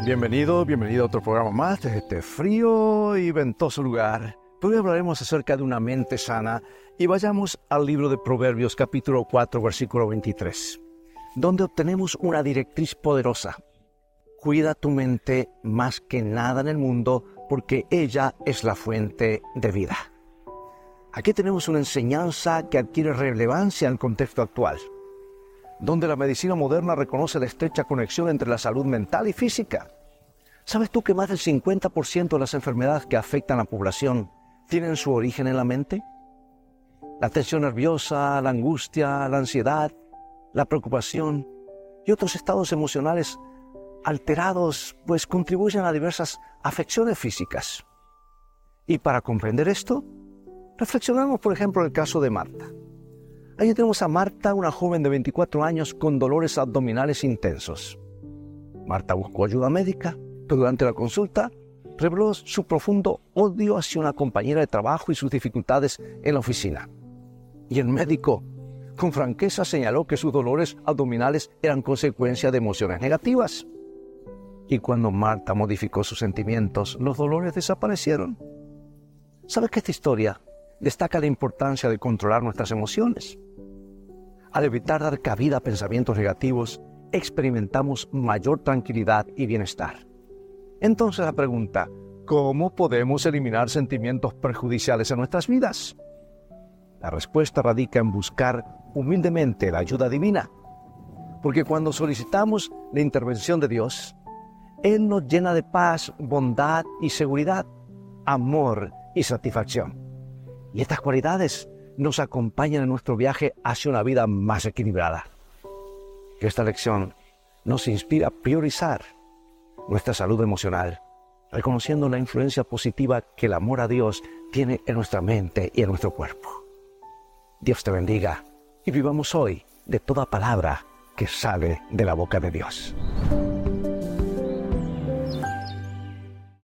Bienvenido a otro programa más desde este frío y ventoso lugar. Hoy hablaremos acerca de una mente sana y vayamos al libro de Proverbios capítulo 4 versículo 23, donde obtenemos una directriz poderosa. Cuida tu mente más que nada en el mundo porque ella es la fuente de vida. Aquí tenemos una enseñanza que adquiere relevancia en el contexto actual, donde la medicina moderna reconoce la estrecha conexión entre la salud mental y física. ¿Sabes tú que más del 50% de las enfermedades que afectan a la población tienen su origen en la mente? La tensión nerviosa, la angustia, la ansiedad, la preocupación y otros estados emocionales alterados pues contribuyen a diversas afecciones físicas. Y para comprender esto, reflexionamos por ejemplo en el caso de Marta. Ahí tenemos a Marta, una joven de 24 años con dolores abdominales intensos. Marta buscó ayuda médica, pero durante la consulta reveló su profundo odio hacia una compañera de trabajo y sus dificultades en la oficina. Y el médico, con franqueza, señaló que sus dolores abdominales eran consecuencia de emociones negativas. Y cuando Marta modificó sus sentimientos, los dolores desaparecieron. ¿Sabes que esta historia destaca la importancia de controlar nuestras emociones? Al evitar dar cabida a pensamientos negativos, experimentamos mayor tranquilidad y bienestar. Entonces la pregunta, ¿cómo podemos eliminar sentimientos perjudiciales en nuestras vidas? La respuesta radica en buscar humildemente la ayuda divina. Porque cuando solicitamos la intervención de Dios, Él nos llena de paz, bondad y seguridad, amor y satisfacción. Y estas cualidades nos acompañan en nuestro viaje hacia una vida más equilibrada. Que esta lección nos inspira a priorizar nuestra salud emocional, reconociendo la influencia positiva que el amor a Dios tiene en nuestra mente y en nuestro cuerpo. Dios te bendiga y vivamos hoy de toda palabra que sale de la boca de Dios.